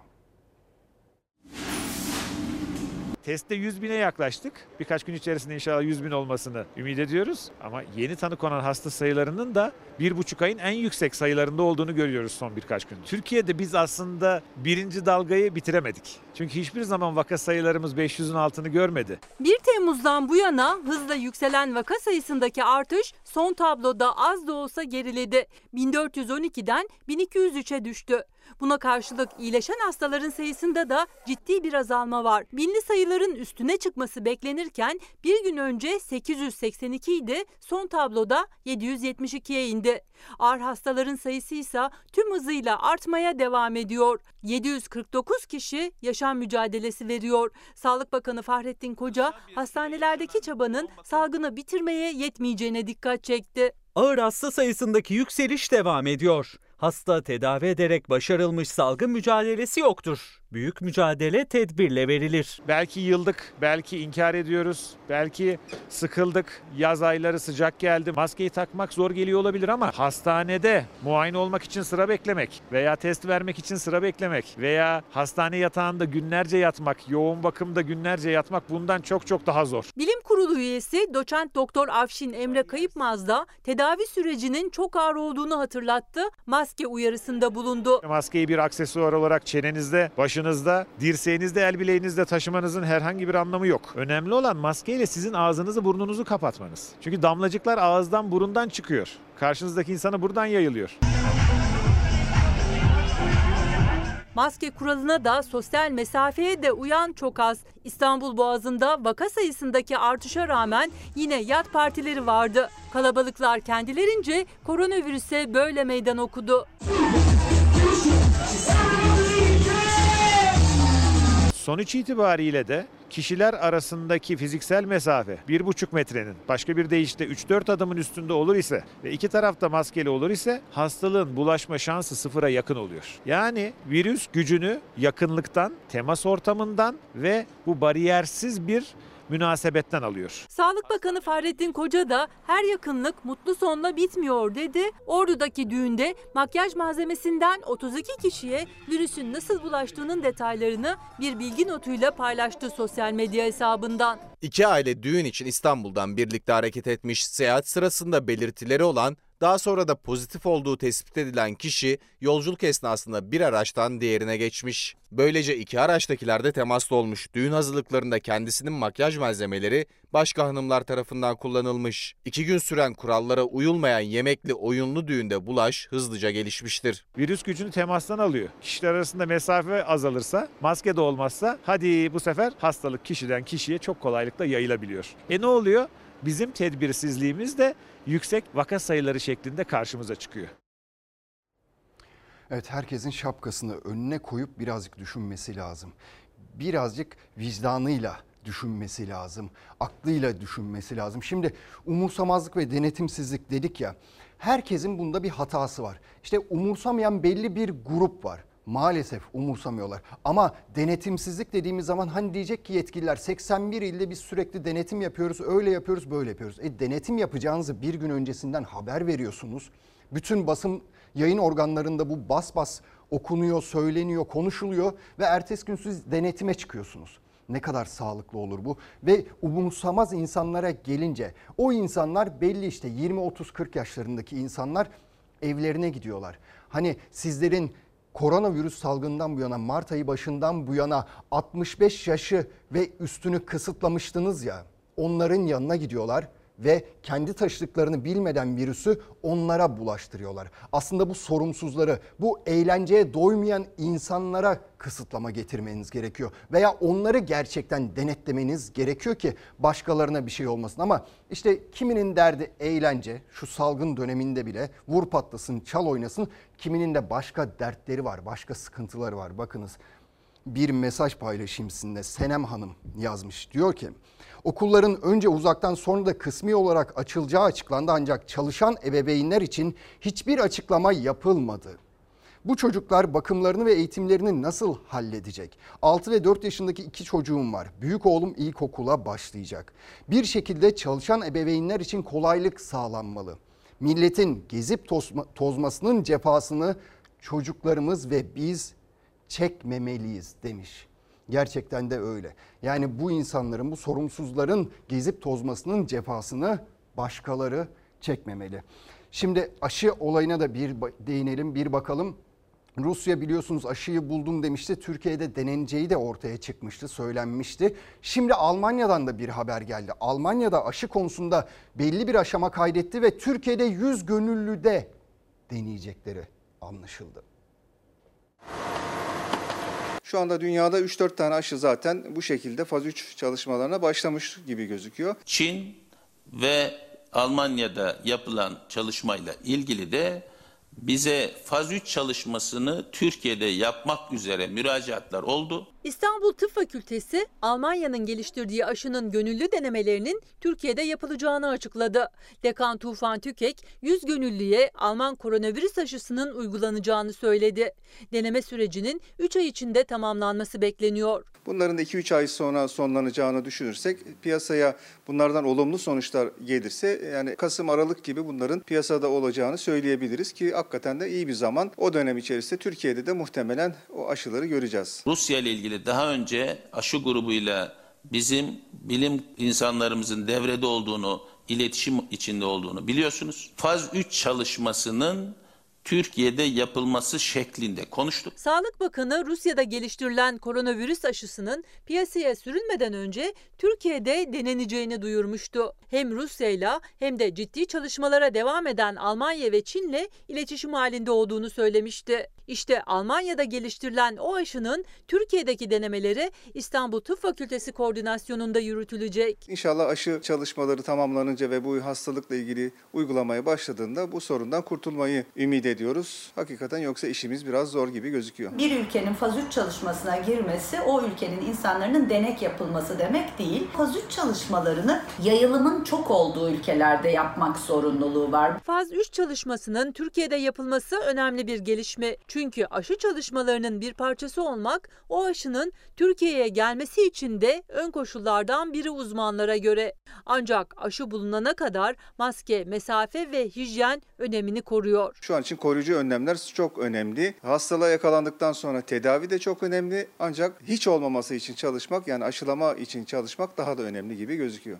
Testte yüz bine yaklaştık. Birkaç gün içerisinde inşallah yüz bin olmasını ümit ediyoruz. Ama yeni tanı konan hasta sayılarının da bir buçuk ayın en yüksek sayılarında olduğunu görüyoruz son birkaç gün. Türkiye'de biz aslında birinci dalgayı bitiremedik. Çünkü hiçbir zaman vaka sayılarımız beş yüzün altını görmedi. bir Temmuz'dan bu yana hızla yükselen vaka sayısındaki artış son tabloda az da olsa geriledi. bin dört yüz on ikiden bin iki yüz üçe düştü. Buna karşılık iyileşen hastaların sayısında da ciddi bir azalma var. Binli sayıların üstüne çıkması beklenirken bir gün önce sekiz yüz seksen iki idi, son tabloda yedi yüz yetmiş ikiye indi. Ağır hastaların sayısı ise tüm hızıyla artmaya devam ediyor. yedi yüz kırk dokuz kişi yaşam mücadelesi veriyor. Sağlık Bakanı Fahrettin Koca hastanelerdeki çabanın salgını bitirmeye yetmeyeceğine dikkat çekti. Ağır hasta sayısındaki yükseliş devam ediyor. Hasta tedavi ederek başarılmış salgın mücadelesi yoktur. Büyük mücadele tedbirle verilir. Belki yıldık, belki inkar ediyoruz, belki sıkıldık, yaz ayları sıcak geldi, maskeyi takmak zor geliyor olabilir ama hastanede muayene olmak için sıra beklemek veya test vermek için sıra beklemek veya hastane yatağında günlerce yatmak, yoğun bakımda günlerce yatmak bundan çok çok daha zor. Bilim Kurulu Kurulu üyesi doçent doktor Afşin Emre Kayıpmaz da tedavi sürecinin çok ağır olduğunu hatırlattı. Maske uyarısında bulundu. Maskeyi bir aksesuar olarak çenenizde, başınızda, dirseğinizde, el bileğinizde taşımanızın herhangi bir anlamı yok. Önemli olan maskeyle sizin ağzınızı, burnunuzu kapatmanız. Çünkü damlacıklar ağızdan, burundan çıkıyor. Karşınızdaki insana buradan yayılıyor. Maske kuralına da sosyal mesafeye de uyan çok az. İstanbul Boğazı'nda vaka sayısındaki artışa rağmen yine yat partileri vardı. Kalabalıklar kendilerince koronavirüse böyle meydan okudu. Sonuç itibariyle de kişiler arasındaki fiziksel mesafe bir buçuk metrenin başka bir deyişle üç dört adımın üstünde olur ise ve iki tarafta maskeli olur ise hastalığın bulaşma şansı sıfıra yakın oluyor. Yani virüs gücünü yakınlıktan, temas ortamından ve bu bariyersiz bir münasebetten alıyor. Sağlık Bakanı Fahrettin Koca da her yakınlık mutlu sonla bitmiyor dedi. Ordu'daki düğünde makyaj malzemesinden otuz iki kişiye virüsün nasıl bulaştığının detaylarını bir bilgi notuyla paylaştı sosyal medya hesabından. İki aile düğün için İstanbul'dan birlikte hareket etmiş, seyahat sırasında belirtileri olan, daha sonra da pozitif olduğu tespit edilen kişi yolculuk esnasında bir araçtan diğerine geçmiş. Böylece iki araçtakiler de temaslı olmuş. Düğün hazırlıklarında kendisinin makyaj malzemeleri başka hanımlar tarafından kullanılmış. İki gün süren kurallara uyulmayan yemekli oyunlu düğünde bulaş hızlıca gelişmiştir. Virüs gücünü temastan alıyor. Kişiler arasında mesafe azalırsa, maske de olmazsa hadi bu sefer hastalık kişiden kişiye çok kolaylıkla yayılabiliyor. E ne oluyor? Bizim tedbirsizliğimiz de yüksek vaka sayıları şeklinde karşımıza çıkıyor. Evet, herkesin şapkasını önüne koyup birazcık düşünmesi lazım. Birazcık vicdanıyla düşünmesi lazım. Aklıyla düşünmesi lazım. Şimdi umursamazlık ve denetimsizlik dedik ya. Herkesin bunda bir hatası var. İşte umursamayan belli bir grup var. Maalesef umursamıyorlar. Ama denetimsizlik dediğimiz zaman hani diyecek ki yetkililer seksen bir ilde biz sürekli denetim yapıyoruz, öyle yapıyoruz, böyle yapıyoruz. E denetim yapacağınızı bir gün öncesinden haber veriyorsunuz. Bütün basın yayın organlarında bu bas bas okunuyor, söyleniyor, konuşuluyor ve ertesi gün siz denetime çıkıyorsunuz. Ne kadar sağlıklı olur bu? Ve umursamaz insanlara gelince o insanlar belli işte yirmi otuz kırk yaşlarındaki insanlar evlerine gidiyorlar. Hani sizlerin koronavirüs salgından bu yana, Mart ayı başından bu yana altmış beş yaşı ve üstünü kısıtlamıştınız ya, onların yanına gidiyorlar ve kendi taşıdıklarını bilmeden virüsü onlara bulaştırıyorlar. Aslında bu sorumsuzları, bu eğlenceye doymayan insanlara kısıtlama getirmeniz gerekiyor. Veya onları gerçekten denetlemeniz gerekiyor ki başkalarına bir şey olmasın. Ama işte kiminin derdi eğlence, şu salgın döneminde bile vur patlasın, çal oynasın. Kiminin de başka dertleri var, başka sıkıntıları var. Bakınız, bir mesaj paylaşayım sizinle. Senem Hanım yazmış. Diyor ki, okulların önce uzaktan sonra da kısmi olarak açılacağı açıklandı ancak çalışan ebeveynler için hiçbir açıklama yapılmadı. Bu çocuklar bakımlarını ve eğitimlerini nasıl halledecek? altı ve dört yaşındaki iki çocuğum var. Büyük oğlum ilkokula başlayacak. Bir şekilde çalışan ebeveynler için kolaylık sağlanmalı. Milletin gezip tozma, tozmasının cefasını çocuklarımız ve biz çekmemeliyiz demiş. Gerçekten de öyle. Yani bu insanların, bu sorumsuzların gezip tozmasının cefasını başkaları çekmemeli. Şimdi aşı olayına da bir değinelim, bir bakalım. Rusya biliyorsunuz aşıyı buldum demişti. Türkiye'de deneneceği de ortaya çıkmıştı, söylenmişti. Şimdi Almanya'dan da bir haber geldi. Almanya'da aşı konusunda belli bir aşama kaydetti ve Türkiye'de yüz gönüllüde deneyecekleri anlaşıldı. Şu anda dünyada üç dört tane aşı zaten bu şekilde faz üç çalışmalarına başlamış gibi gözüküyor. Çin ve Almanya'da yapılan çalışmayla ilgili de bize faz üç çalışmasını Türkiye'de yapmak üzere müracaatlar oldu. İstanbul Tıp Fakültesi, Almanya'nın geliştirdiği aşının gönüllü denemelerinin Türkiye'de yapılacağını açıkladı. Dekan Tufan Tükek, yüz gönüllüye Alman koronavirüs aşısının uygulanacağını söyledi. Deneme sürecinin üç ay içinde tamamlanması bekleniyor. Bunların da iki üç ay sonra sonlanacağını düşünürsek, piyasaya bunlardan olumlu sonuçlar gelirse, yani Kasım Aralık gibi bunların piyasada olacağını söyleyebiliriz ki hakikaten de iyi bir zaman. O dönem içerisinde Türkiye'de de muhtemelen o aşıları göreceğiz. Rusya ile ilgili daha önce aşı grubuyla bizim bilim insanlarımızın devrede olduğunu, iletişim içinde olduğunu biliyorsunuz. Faz üç çalışmasının Türkiye'de yapılması şeklinde konuştuk. Sağlık Bakanı Rusya'da geliştirilen koronavirüs aşısının piyasaya sürülmeden önce Türkiye'de deneneceğini duyurmuştu. Hem Rusya'yla hem de ciddi çalışmalara devam eden Almanya ve Çin'le iletişim halinde olduğunu söylemişti. İşte Almanya'da geliştirilen o aşının Türkiye'deki denemeleri İstanbul Tıp Fakültesi koordinasyonunda yürütülecek. İnşallah aşı çalışmaları tamamlanınca ve bu hastalıkla ilgili uygulamaya başladığında bu sorundan kurtulmayı ümit ediyoruz. Hakikaten yoksa işimiz biraz zor gibi gözüküyor. Bir ülkenin faz üç çalışmasına girmesi o ülkenin insanların denek yapılması demek değil. Faz üç çalışmalarını yayılımın çok olduğu ülkelerde yapmak zorunluluğu var. Faz üç çalışmasının Türkiye'de yapılması önemli bir gelişme. Çünkü aşı çalışmalarının bir parçası olmak o aşının Türkiye'ye gelmesi için de ön koşullardan biri uzmanlara göre. Ancak aşı bulunana kadar maske, mesafe ve hijyen önemini koruyor. Şu an için koruyucu önlemler çok önemli. Hastalığa yakalandıktan sonra tedavi de çok önemli. Ancak hiç olmaması için çalışmak, yani aşılama için çalışmak daha da önemli gibi gözüküyor.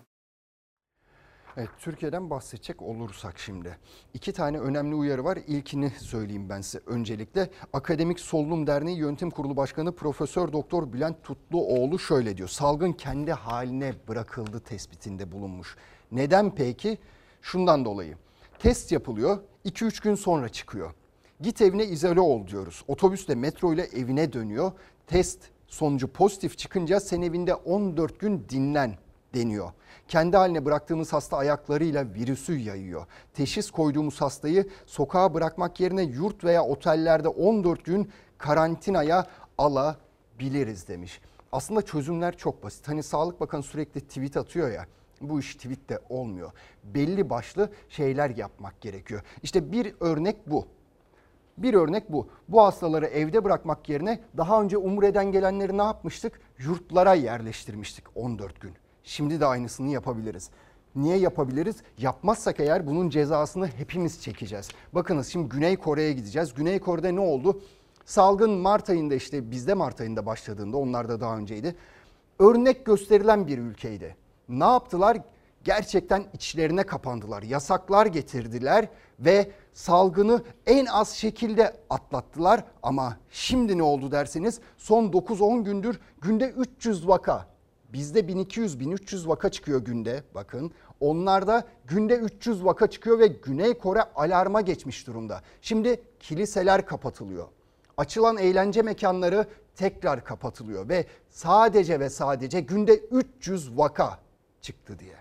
Evet, Türkiye'den bahsedecek olursak şimdi iki tane önemli uyarı var. İlkini söyleyeyim ben size öncelikle. Akademik Solunum Derneği Yönetim Kurulu Başkanı Profesör Doktor Bülent Tutluoğlu şöyle diyor. Salgın kendi haline bırakıldı tespitinde bulunmuş. Neden peki? Şundan dolayı. Test yapılıyor, iki üç gün sonra çıkıyor. Git evine izole ol diyoruz. Otobüsle, metro ile evine dönüyor. Test sonucu pozitif çıkınca sen evinde on dört gün dinlen deniyor. Kendi haline bıraktığımız hasta ayaklarıyla virüsü yayıyor. Teşhis koyduğumuz hastayı sokağa bırakmak yerine yurt veya otellerde on dört gün karantinaya alabiliriz demiş. Aslında çözümler çok basit. Hani Sağlık Bakanı sürekli tweet atıyor ya. Bu iş tweette olmuyor. Belli başlı şeyler yapmak gerekiyor. İşte bir örnek bu. Bir örnek bu. Bu hastaları evde bırakmak yerine daha önce Umre'den gelenleri ne yapmıştık? Yurtlara yerleştirmiştik on dört gün. Şimdi de aynısını yapabiliriz. Niye yapabiliriz? Yapmazsak eğer bunun cezasını hepimiz çekeceğiz. Bakınız şimdi Güney Kore'ye gideceğiz. Güney Kore'de ne oldu? Salgın Mart ayında, işte bizde Mart ayında başladığında, onlar da daha önceydi. Örnek gösterilen bir ülkeydi. Ne yaptılar? Gerçekten içlerine kapandılar. Yasaklar getirdiler ve salgını en az şekilde atlattılar. Ama şimdi ne oldu derseniz son dokuz on gündür günde üç yüz vaka. Bizde bin iki yüz bin üç yüz vaka çıkıyor günde, bakın. Onlarda günde üç yüz vaka çıkıyor ve Güney Kore alarma geçmiş durumda. Şimdi kiliseler kapatılıyor. Açılan eğlence mekanları tekrar kapatılıyor ve sadece ve sadece günde üç yüz vaka çıktı diye.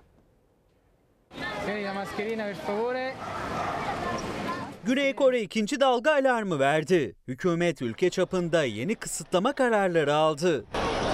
Güney Kore ikinci dalga alarmı verdi. Hükümet ülke çapında yeni kısıtlama kararları aldı.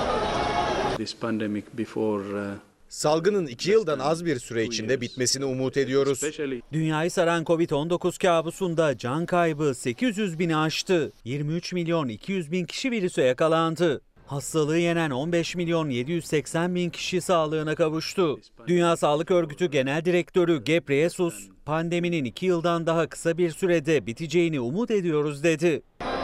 Salgının iki yıldan az bir süre içinde bitmesini umut ediyoruz. Dünyayı saran Covid on dokuz kabusunda can kaybı sekiz yüz bini aştı. yirmi üç milyon iki yüz bin kişi virüse yakalandı. Hastalığı yenen on beş milyon yedi yüz seksen bin kişi sağlığına kavuştu. Dünya Sağlık Örgütü Genel Direktörü Ghebreyesus, pandeminin iki yıldan daha kısa bir sürede biteceğini umut ediyoruz dedi.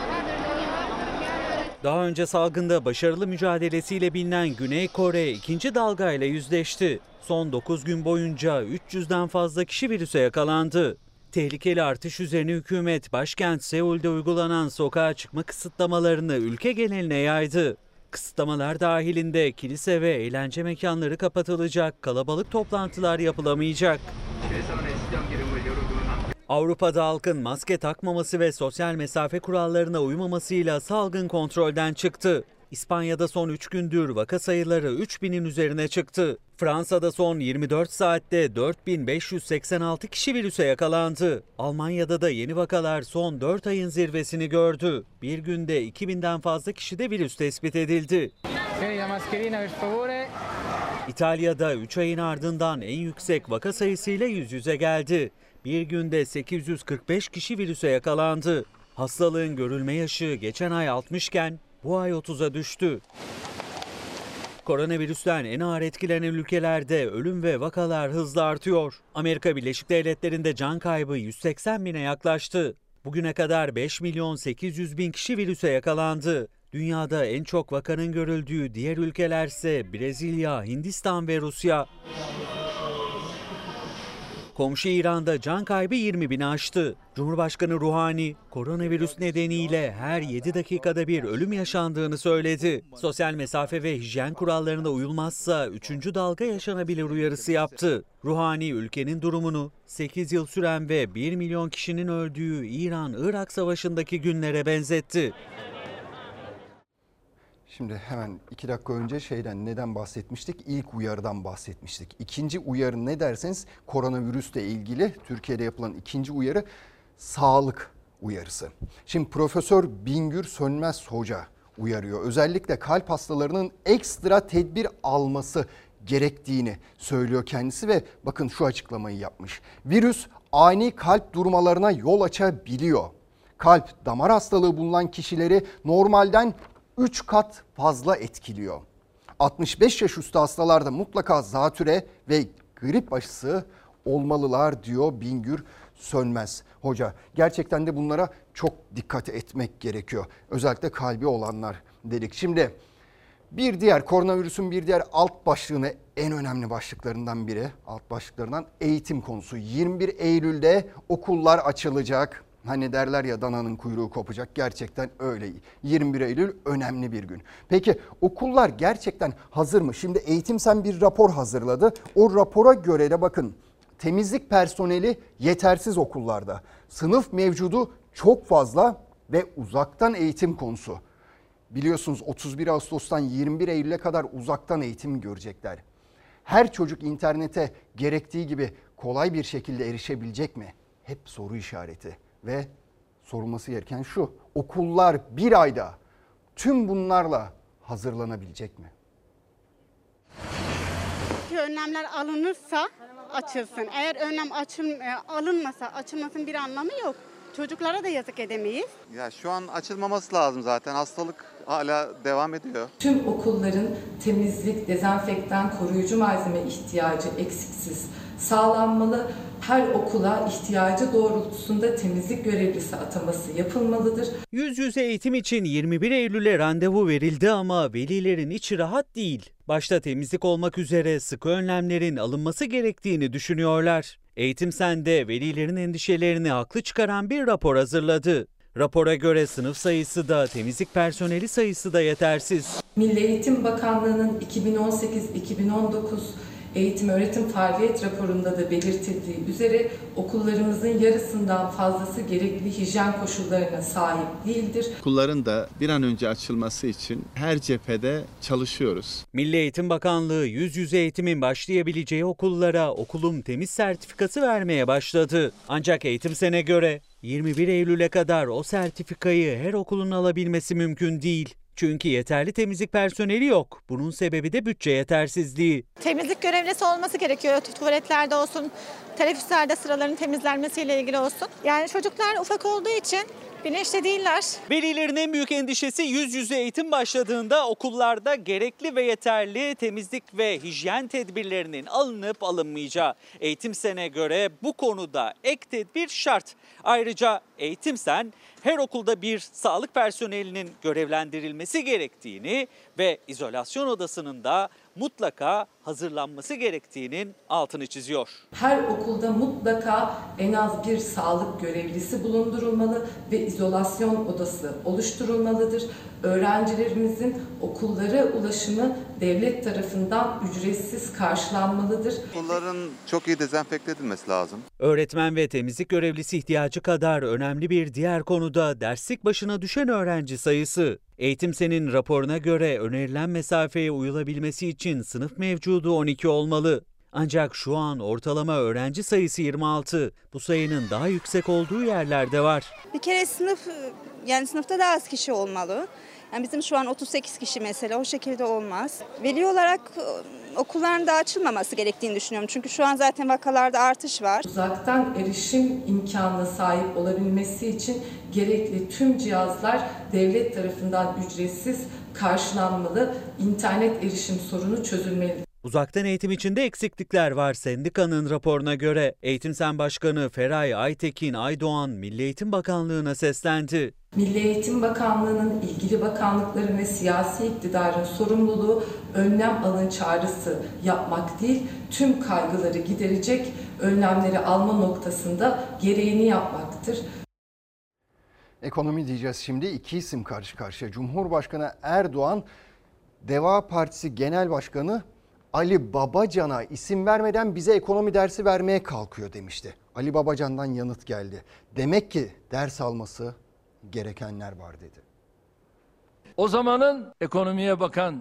Daha önce salgında başarılı mücadelesiyle bilinen Güney Kore ikinci dalgayla yüzleşti. Son dokuz gün boyunca üç yüzden fazla kişi virüse yakalandı. Tehlikeli artış üzerine hükümet başkent Seul'de uygulanan sokağa çıkma kısıtlamalarını ülke geneline yaydı. Kısıtlamalar dahilinde kilise ve eğlence mekanları kapatılacak, kalabalık toplantılar yapılamayacak. Avrupa'da halkın maske takmaması ve sosyal mesafe kurallarına uymamasıyla salgın kontrolden çıktı. İspanya'da son üç gündür vaka sayıları üç binin üzerine çıktı. Fransa'da son yirmi dört saatte dört bin beş yüz seksen altı kişi virüse yakalandı. Almanya'da da yeni vakalar son dört ayın zirvesini gördü. Bir günde iki binden fazla kişide virüs tespit edildi. İtalya'da üç ayın ardından en yüksek vaka sayısıyla yüz yüze geldi. Bir günde sekiz yüz kırk beş kişi virüse yakalandı. Hastalığın görülme yaşı geçen ay altmış iken bu ay otuza düştü. Koronavirüsten en ağır etkilenen ülkelerde ölüm ve vakalar hızla artıyor. Amerika Birleşik Devletleri'nde can kaybı yüz seksen bine yaklaştı. Bugüne kadar beş milyon sekiz yüz bin kişi virüse yakalandı. Dünyada en çok vakanın görüldüğü diğer ülkelerse Brezilya, Hindistan ve Rusya. Komşu İran'da can kaybı yirmi bini aştı. Cumhurbaşkanı Ruhani, koronavirüs nedeniyle her yedi dakikada bir ölüm yaşandığını söyledi. Sosyal mesafe ve hijyen kurallarına uyulmazsa üçüncü dalga yaşanabilir uyarısı yaptı. Ruhani ülkenin durumunu sekiz yıl süren ve bir milyon kişinin öldüğü İran-Irak savaşındaki günlere benzetti. Şimdi hemen iki dakika önce şeyden neden bahsetmiştik? İlk uyarıdan bahsetmiştik. İkinci uyarı ne derseniz koronavirüsle ilgili Türkiye'de yapılan ikinci uyarı sağlık uyarısı. Şimdi Profesör Bingür Sönmez Hoca uyarıyor. Özellikle kalp hastalarının ekstra tedbir alması gerektiğini söylüyor kendisi ve bakın şu açıklamayı yapmış. Virüs ani kalp durmalarına yol açabiliyor. Kalp damar hastalığı bulunan kişileri normalden üç kat fazla etkiliyor. altmış beş yaş üstü hastalarda mutlaka zatüre ve grip aşısı olmalılar diyor Bingür Sönmez Hoca. Gerçekten de bunlara çok dikkat etmek gerekiyor. Özellikle kalbi olanlar dedik. Şimdi bir diğer koronavirüsün bir diğer alt başlığını en önemli başlıklarından biri, alt başlıklarından eğitim konusu. yirmi bir Eylül'de okullar açılacak. Hani derler ya dananın kuyruğu kopacak, gerçekten öyle. yirmi bir Eylül önemli bir gün. Peki okullar gerçekten hazır mı? Şimdi Eğitim Sen bir rapor hazırladı. O rapora göre de bakın temizlik personeli yetersiz okullarda. Sınıf mevcudu çok fazla ve uzaktan eğitim konusu. Biliyorsunuz otuz bir Ağustos'tan yirmi bir Eylül'e kadar uzaktan eğitim görecekler. Her çocuk internete gerektiği gibi kolay bir şekilde erişebilecek mi? Hep soru işareti. Ve sorulması gereken şu, okullar bir ayda tüm bunlarla hazırlanabilecek mi? Önlemler alınırsa açılsın. Eğer önlem açıl, alınmasa açılmasının bir anlamı yok. Çocuklara da yazık edemeyiz. Ya şu an açılmaması lazım zaten. Hastalık hala devam ediyor. Tüm okulların temizlik, dezenfektan, koruyucu malzeme ihtiyacı eksiksiz sağlanmalı. Her okula ihtiyacı doğrultusunda temizlik görevlisi ataması yapılmalıdır. Yüz yüze eğitim için yirmi bir Eylül'e randevu verildi ama velilerin içi rahat değil. Başta temizlik olmak üzere sıkı önlemlerin alınması gerektiğini düşünüyorlar. Eğitim Sen'de velilerin endişelerini haklı çıkaran bir rapor hazırladı. Rapora göre sınıf sayısı da temizlik personeli sayısı da yetersiz. Milli Eğitim Bakanlığı'nın iki bin on sekiz iki bin on dokuz Eğitim Öğretim Faaliyet Raporu'nda da belirtildiği üzere okullarımızın yarısından fazlası gerekli hijyen koşullarına sahip değildir. Okulların da bir an önce açılması için her cephede çalışıyoruz. Milli Eğitim Bakanlığı yüz yüze eğitimin başlayabileceği okullara okulum temiz sertifikası vermeye başladı. Ancak Eğitim Sen'e göre yirmi bir Eylül'e kadar o sertifikayı her okulun alabilmesi mümkün değil. Çünkü yeterli temizlik personeli yok. Bunun sebebi de bütçe yetersizliği. Temizlik görevlisi olması gerekiyor. Tuvaletlerde olsun, teneffüslerde sıraların temizlenmesiyle ilgili olsun. Yani çocuklar ufak olduğu için bilinçli değiller. Velilerin en büyük endişesi yüz yüze eğitim başladığında okullarda gerekli ve yeterli temizlik ve hijyen tedbirlerinin alınıp alınmayacağı. Eğitim Sen'e göre bu konuda ek tedbir şart. Ayrıca Eğitim Sen her okulda bir sağlık personelinin görevlendirilmesi gerektiğini ve izolasyon odasının da mutlaka hazırlanması gerektiğinin altını çiziyor. Her okulda mutlaka en az bir sağlık görevlisi bulundurulmalı ve izolasyon odası oluşturulmalıdır. Öğrencilerimizin okullara ulaşımı devlet tarafından ücretsiz karşılanmalıdır. Okulların çok iyi dezenfekte edilmesi lazım. Öğretmen ve temizlik görevlisi ihtiyacı kadar önemli bir diğer konu da derslik başına düşen öğrenci sayısı. Eğitim Sen'in raporuna göre önerilen mesafeye uyulabilmesi için sınıf mevcudu on iki olmalı. Ancak şu an ortalama öğrenci sayısı yirmi altı. Bu sayının daha yüksek olduğu yerlerde var. Bir kere sınıf, yani sınıfta daha az kişi olmalı. Yani bizim şu an otuz sekiz kişi mesela, o şekilde olmaz. Veli olarak okulların da açılmaması gerektiğini düşünüyorum. Çünkü şu an zaten vakalarda artış var. Uzaktan erişim imkanına sahip olabilmesi için gerekli tüm cihazlar devlet tarafından ücretsiz karşılanmalı. İnternet erişim sorunu çözülmeli. Uzaktan eğitim içinde eksiklikler var. Sendikanın raporuna göre Eğitim Sen Başkanı Feray Aytekin Aydoğan Milli Eğitim Bakanlığı'na seslendi. Milli Eğitim Bakanlığı'nın ilgili bakanlıkların ve siyasi iktidarın sorumluluğu önlem alın çağrısı yapmak değil, tüm kaygıları giderecek önlemleri alma noktasında gereğini yapmaktır. Ekonomi diyeceğiz şimdi. İki isim karşı karşıya. Cumhurbaşkanı Erdoğan, Deva Partisi Genel Başkanı Ali Babacan'a isim vermeden bize ekonomi dersi vermeye kalkıyor demişti. Ali Babacan'dan yanıt geldi. Demek ki ders alması gerekenler var dedi. O zamanın ekonomiye bakan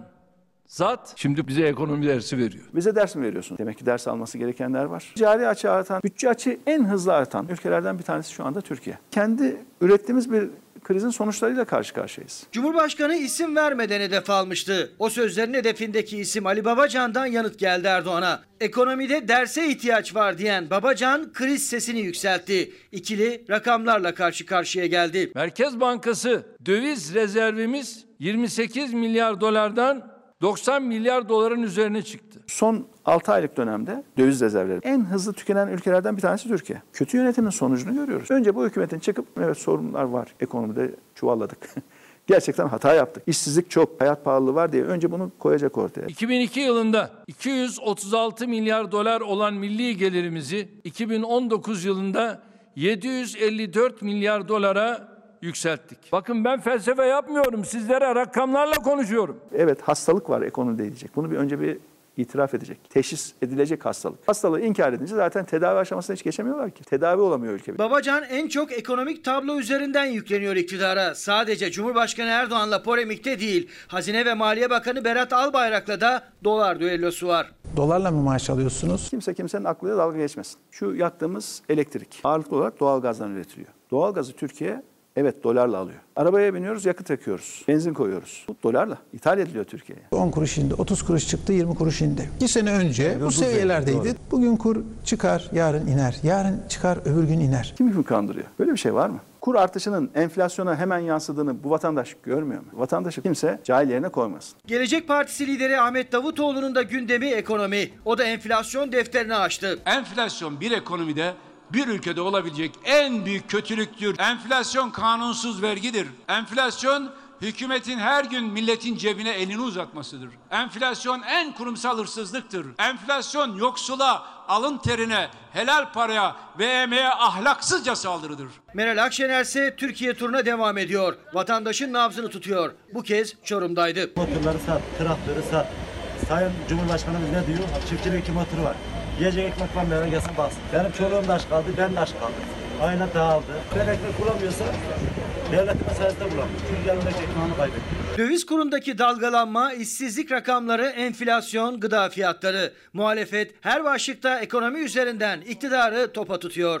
zat şimdi bize ekonomi dersi veriyor. Bize ders mi veriyorsun? Demek ki ders alması gerekenler var. Cari açığı artan, bütçe açığı en hızlı artan ülkelerden bir tanesi şu anda Türkiye. Kendi ürettiğimiz bir krizin sonuçlarıyla karşı karşıyayız. Cumhurbaşkanı isim vermeden hedef almıştı. O sözlerin hedefindeki isim Ali Babacan'dan yanıt geldi Erdoğan'a. Ekonomide derse ihtiyaç var diyen Babacan kriz sesini yükseltti. İkili rakamlarla karşı karşıya geldi. Merkez Bankası döviz rezervimiz yirmi sekiz milyar dolardan doksan milyar doların üzerine çıktı. Son altı aylık dönemde döviz rezervleri en hızlı tükenen ülkelerden bir tanesi Türkiye. Kötü yönetimin sonucunu görüyoruz. Önce bu hükümetin çıkıp evet sorunlar var, ekonomide çuvalladık. Gerçekten hata yaptık. İşsizlik çok, hayat pahalılığı var diye önce bunu koyacak ortaya. iki bin iki yılında iki yüz otuz altı milyar dolar olan milli gelirimizi iki bin on dokuz yılında yedi yüz elli dört milyar dolara yükselttik. Bakın ben felsefe yapmıyorum. Sizlere rakamlarla konuşuyorum. Evet, hastalık var ekonomide diyecek. Bunu bir önce bir itiraf edecek. Teşhis edilecek hastalık. Hastalığı inkar edince zaten tedavi aşamasına hiç geçemiyorlar ki. Tedavi olamıyor ülke. Babacan en çok ekonomik tablo üzerinden yükleniyor iktidara. Sadece Cumhurbaşkanı Erdoğan'la polemikte değil. Hazine ve Maliye Bakanı Berat Albayrak'la da dolar düellosu var. Dolarla mı maaş alıyorsunuz? Kimse kimsenin aklıyla dalga geçmesin. Şu yaktığımız elektrik ağırlıklı olarak doğalgazdan üretiliyor. Doğalgazı Türkiye evet dolarla alıyor. Arabaya biniyoruz, yakıt yakıyoruz. Benzin koyuyoruz. Bu dolarla ithal ediliyor Türkiye'ye. on kuruş indi, otuz kuruş çıktı, yirmi kuruş indi. İki sene önce bu seviyelerdeydi. Doğru. Bugün kur çıkar, yarın iner. Yarın çıkar, öbür gün iner. Kim kimi kandırıyor? Böyle bir şey var mı? Kur artışının enflasyona hemen yansıdığını bu vatandaş görmüyor mu? Vatandaşı kimse cahil yerine koymasın. Gelecek Partisi lideri Ahmet Davutoğlu'nun da gündemi ekonomi. O da enflasyon defterini açtı. Enflasyon bir ekonomide bir ülkede olabilecek en büyük kötülüktür. Enflasyon kanunsuz vergidir. Enflasyon hükümetin her gün milletin cebine elini uzatmasıdır. Enflasyon en kurumsal hırsızlıktır. Enflasyon yoksula, alın terine, helal paraya ve emeğe ahlaksızca saldırıdır. Meral Akşener ise Türkiye turuna devam ediyor. Vatandaşın nabzını tutuyor. Bu kez Çorum'daydı. Motorları sat, traktörü sat. Sayın Cumhurbaşkanımız ne diyor? Çiftçinin iki motoru var. Yiyecek ekmek var mı? Gelsin baksın. Benim çocuğum da aç kaldı, ben de aç kaldım. Aynen dağıldı. Ben ekmek bulamıyorsa devletin sayesinde bulamıyor. Çünkü yanındaki ekmeğini kaybetti. Döviz kurundaki dalgalanma, işsizlik rakamları, enflasyon, gıda fiyatları. Muhalefet her başlıkta ekonomi üzerinden iktidarı topa tutuyor.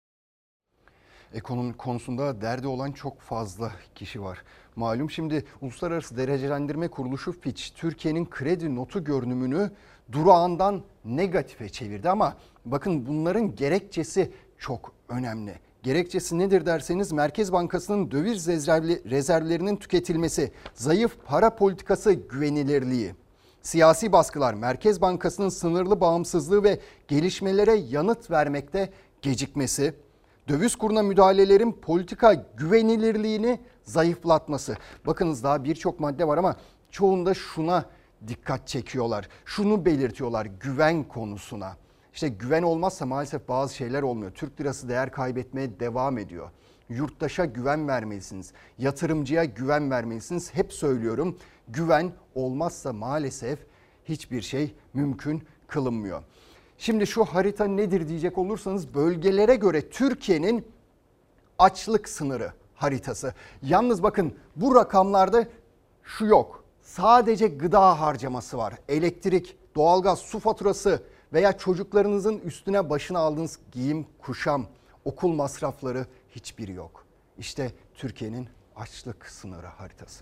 Ekonomi konusunda derdi olan çok fazla kişi var. Malum şimdi Uluslararası Derecelendirme Kuruluşu Fitch Türkiye'nin kredi notu görünümünü durağından negatife çevirdi ama bakın bunların gerekçesi çok önemli. Gerekçesi nedir derseniz Merkez Bankası'nın döviz rezervlerinin tüketilmesi, zayıf para politikası güvenilirliği, siyasi baskılar, Merkez Bankası'nın sınırlı bağımsızlığı ve gelişmelere yanıt vermekte gecikmesi, döviz kuruna müdahalelerin politika güvenilirliğini zayıflatması. Bakınız daha birçok madde var ama çoğunda şuna dikkat çekiyorlar. Şunu belirtiyorlar güven konusuna. İşte güven olmazsa maalesef bazı şeyler olmuyor. Türk lirası değer kaybetmeye devam ediyor. Yurttaşa güven vermelisiniz. Yatırımcıya güven vermelisiniz. Hep söylüyorum güven olmazsa maalesef hiçbir şey mümkün kılınmıyor. Şimdi şu harita nedir diyecek olursanız bölgelere göre Türkiye'nin açlık sınırı haritası. Yalnız bakın bu rakamlarda şu yok. Sadece gıda harcaması var. Elektrik, doğalgaz, su faturası veya çocuklarınızın üstüne başına aldığınız giyim, kuşam, okul masrafları hiçbiri yok. İşte Türkiye'nin açlık sınırı haritası.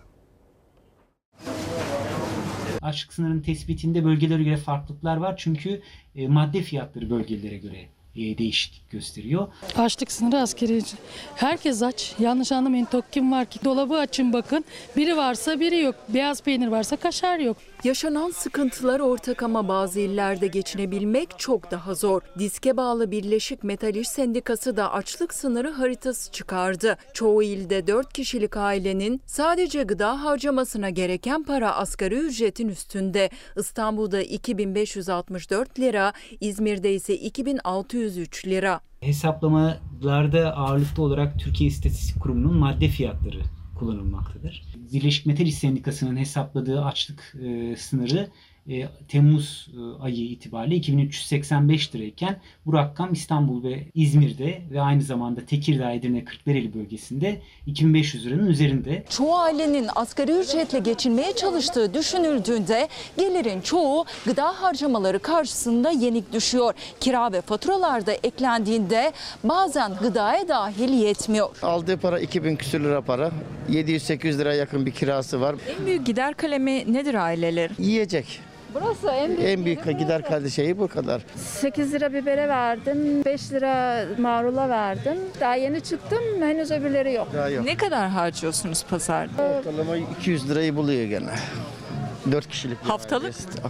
Açlık sınırının tespitinde bölgelere göre farklılıklar var. Çünkü e, madde fiyatları bölgelere göre değişiklik gösteriyor. Açlık sınırı asgari ücret. Herkes aç. Yanlış anlamayın, tok kim var ki? Dolabı açın bakın. Biri varsa biri yok. Beyaz peynir varsa kaşar yok. Yaşanan sıkıntılar ortak ama bazı illerde geçinebilmek çok daha zor. Diske bağlı Birleşik Metal İş Sendikası da açlık sınırı haritası çıkardı. Çoğu ilde dört kişilik ailenin sadece gıda harcamasına gereken para asgari ücretin üstünde. İstanbul'da iki bin beş yüz altmış dört lira, İzmir'de ise iki bin altı yüz üç lira. Hesaplamalarda ağırlıklı olarak Türkiye İstatistik Kurumu'nun madde fiyatları kullanılmaktadır. Birleşik Metal İş Sendikası'nın hesapladığı açlık e, sınırı e, Temmuz e, ayı itibariyle iki bin üç yüz seksen beş lirayken bu rakam İstanbul ve İzmir'de ve aynı zamanda Tekirdağ, Edirne, Kırklareli bölgesinde iki bin beş yüz liranın üzerinde. Çoğu ailenin asgari ücretle geçinmeye çalıştığı düşünüldüğünde gelirin çoğu gıda harcamaları karşısında yenik düşüyor. Kira ve faturalar da eklendiğinde bazen gıdaya dahil yetmiyor. Aldığı para iki bin küsür lira para. yedi yüz sekiz yüz lira yakın bir kirası var. En büyük gider kalemi nedir aileler? Yiyecek. Burası en büyük, en büyük gider kalite şeyi bu kadar. sekiz lira bibere verdim, beş lira marula verdim. Daha yeni çıktım, henüz öbürleri yok. yok. Ne kadar harcıyorsunuz pazarda? Ortalama iki yüz lirayı buluyor gene. dört kişilik. Haftalık?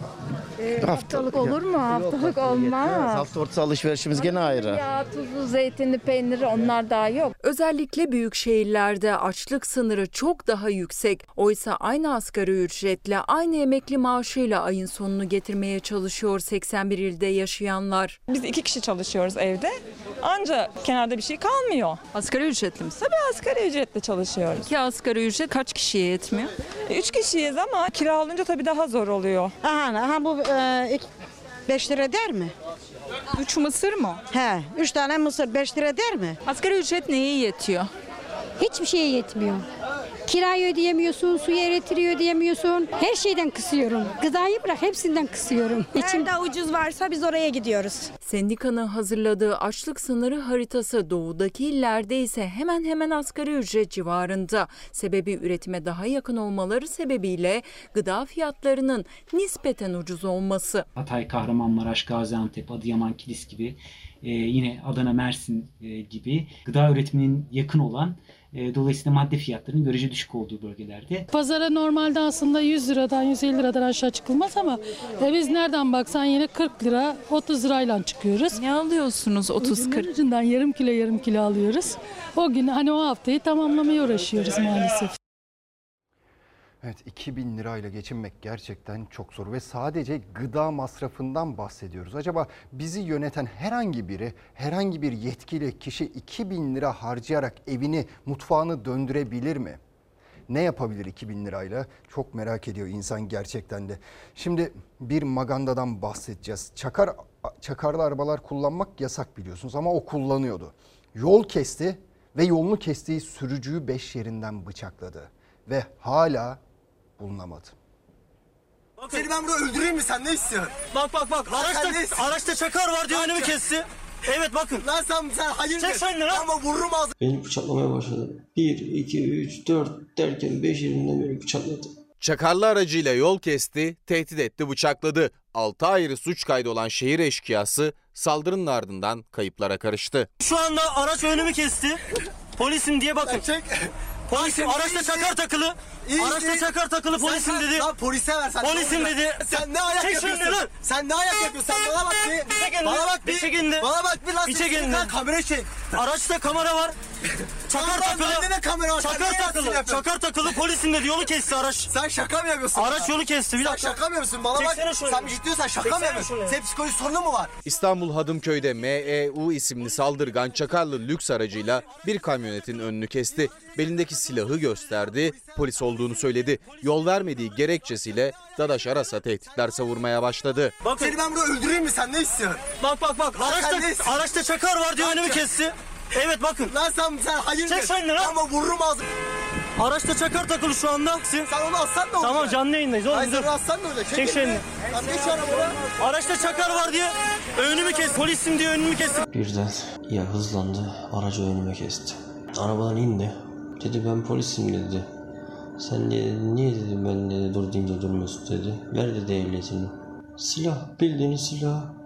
E, haftalık olur mu? Haftalık olmaz. Hafta ortası alışverişimiz gene ayrı. Ya tuzu, zeytini, peyniri onlar daha yok. Özellikle büyük şehirlerde açlık sınırı çok daha yüksek. Oysa aynı asgari ücretle, aynı emekli maaşıyla ayın sonunu getirmeye çalışıyor seksen bir ilde yaşayanlar. Biz iki kişi çalışıyoruz evde. Ancak kenarda bir şey kalmıyor. Asgari ücretli misin? Tabii asgari ücretle çalışıyoruz. Ki asgari ücret kaç kişiye yetmiyor? E, üç kişiyiz ama kira olunca tabii daha zor oluyor. Aha, aha bu e, beş lira der mi? Üç mısır mı? He, üç tane mısır beş lira der mi? Asgari ücret neye yetiyor? Hiçbir şeye yetmiyor. Kirayı ödeyemiyorsun, suyu elektriği ödeyemiyorsun. Her şeyden kısıyorum. Gıdayı bırak hepsinden kısıyorum. Nerede ucuz varsa biz oraya gidiyoruz. Sendikanın hazırladığı açlık sınırı haritası doğudaki illerde ise hemen hemen asgari ücret civarında. Sebebi üretime daha yakın olmaları sebebiyle gıda fiyatlarının nispeten ucuz olması. Hatay, Kahramanmaraş, Gaziantep, Adıyaman, Kilis gibi e, yine Adana, Mersin e, gibi gıda üretiminin yakın olan dolayısıyla madde fiyatlarının görece düşük olduğu bölgelerde. Pazara normalde aslında yüz liradan yüz elli liradan aşağı çıkılmaz ama e biz nereden baksan yine kırk lira otuz lirayla çıkıyoruz. Ne alıyorsunuz otuz kırk? Ucundan yarım kilo yarım kilo alıyoruz. O gün hani o haftayı tamamlamaya uğraşıyoruz maalesef. Evet, iki bin lirayla geçinmek gerçekten çok zor ve sadece gıda masrafından bahsediyoruz. Acaba bizi yöneten herhangi biri, herhangi bir yetkili kişi iki bin lira harcayarak evini, mutfağını döndürebilir mi? Ne yapabilir iki bin lirayla? Çok merak ediyor insan gerçekten de. Şimdi bir magandadan bahsedeceğiz. Çakar, çakarlı arabalar kullanmak yasak biliyorsunuz ama o kullanıyordu. Yol kesti ve yolunu kestiği sürücüyü beş yerinden bıçakladı ve hala bulunamadı. Bakın. Seni ben burada öldüreyim mi, sen ne istiyorsun? Bak bak bak, araçta, araçta çakar var diye önümü kesti. Evet bakın. Lan sen, sen hayırdır? Çek sen lan. Ama vururum ağzını. Beni bıçaklamaya başladı. bir, iki, üç, dört derken beş yerinden beni bıçakladı. Çakarlı aracıyla yol kesti, tehdit etti, bıçakladı. altı ayrı suç kaydı olan şehir eşkıyası saldırının ardından kayıplara karıştı. Şu anda araç önümü kesti. Polisim diye bakın. Çek. Polisim, araçta çakar takılı. İyi, araçta iyi. çakar takılı polisim sen, dedi. Lan polise ver sen. Polisim dedi. Sen ne ayak Çek yapıyorsun? Lan. Sen ne ayak yapıyorsun? Sen bana bak bir. Bir çekindi. Bana bak bir. Bir çekindi. Bana bak bir lan. Bir çekindi. Kamera çek. Araçta kamera var. Çakar takılı. Bende de kamera var. Çakar takılı. Çakar takılı polisim dedi. Yolu kesti araç. Sen şaka mı yapıyorsun? Araç yolu kesti. Bir dakika. Sen şaka mı yapıyorsun? Bana bak. Sen ciddiyorsan şaka mı yapıyorsun? Senin psikolojik sorunu mu var? İstanbul Hadımköy'de M E U isimli saldırgan çakarlı lüks aracıyla bir kamyonetin önünü kesti. Belindeki silahı gösterdi, polis olduğunu söyledi. Yol vermediği gerekçesiyle Dadaş Aras'a tehditler savurmaya başladı. Bak seni ben burada öldüreyim mi, sen ne istiyorsun? Bak bak bak, araçta, araçta çakar var diye önümü kesti. Evet bakın. Lan sen, sen hayırdır? Çek sen lan. Ama vururum ağzını. Araçta çakar takılı şu anda. Sen onu aslan da olur. Tamam canlı yayındayız oğlum. Hayır sen onu aslan da olacak. Çek sen. Lan geç arabaya. Araçta çakar var diye önümü kesti. Polisim diye önümü kesti. Birden ya hızlandı, aracı önüme kesti. Arabadan indi. Dedi ben polisim dedi. Sen niye, niye dedim ben dedi dur deyince durmuyorsun dedi. Ver dedi ehliyetini. Silah, bildiğiniz silah.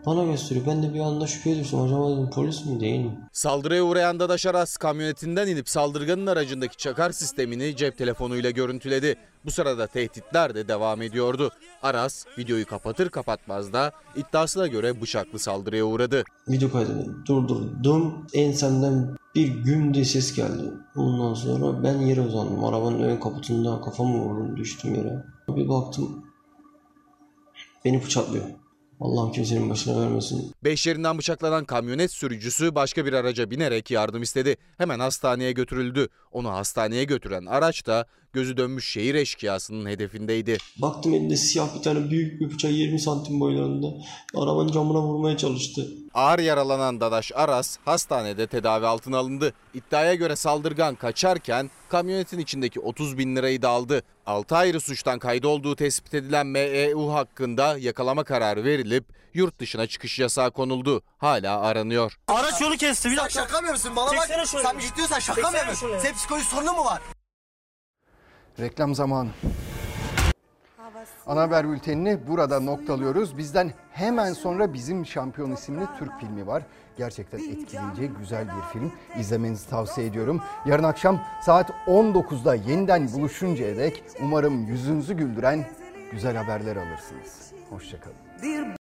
Bana gösteriyor. Ben de bir anda şüpheye düştüm. Acaba dedim polis mi değil mi? Saldırıya uğrayan Dadaş Aras kamyonetinden inip saldırganın aracındaki çakar sistemini cep telefonuyla görüntüledi. Bu sırada tehditler de devam ediyordu. Aras videoyu kapatır kapatmaz da iddiasına göre bıçaklı saldırıya uğradı. Video kaydını durdurdum. Ensemden bir güm diye ses geldi. Ondan sonra ben yere uzandım. Arabanın ön kaputunda kafamı vurdum, düştüm yere. Bir baktım beni bıçaklıyor. Allah'ım kimsenin başına vermesin. Beş yerinden bıçaklanan kamyonet sürücüsü başka bir araca binerek yardım istedi. Hemen hastaneye götürüldü. Onu hastaneye götüren araç da gözü dönmüş şehir eşkıyasının hedefindeydi. Baktım elinde siyah bir tane büyük bir bıçak yirmi santim boylarında. Arabanın camına vurmaya çalıştı. Ağır yaralanan Dadaş Aras hastanede tedavi altına alındı. İddiaya göre saldırgan kaçarken kamyonetin içindeki otuz bin lirayı da aldı. altı ayrı suçtan kaydı olduğu tespit edilen M E U hakkında yakalama kararı verilip yurt dışına çıkış yasağı konuldu. Hala aranıyor. Araç yolu kesti. Bir dakika. Sen şaka mı yapıyorsun? Bana bak. Sen ciddi diyorsan şaka mı yapıyorsun? Senin psikolojik sorunu mu var? Reklam zamanı. Ana haber bültenini burada noktalıyoruz. Bizden hemen sonra Bizim Şampiyon isimli Türk filmi var. Gerçekten etkileyici, güzel bir film. İzlemenizi tavsiye ediyorum. Yarın akşam saat on dokuzda yeniden buluşuncaya dek umarım yüzünüzü güldüren güzel haberler alırsınız. Hoşça kalın.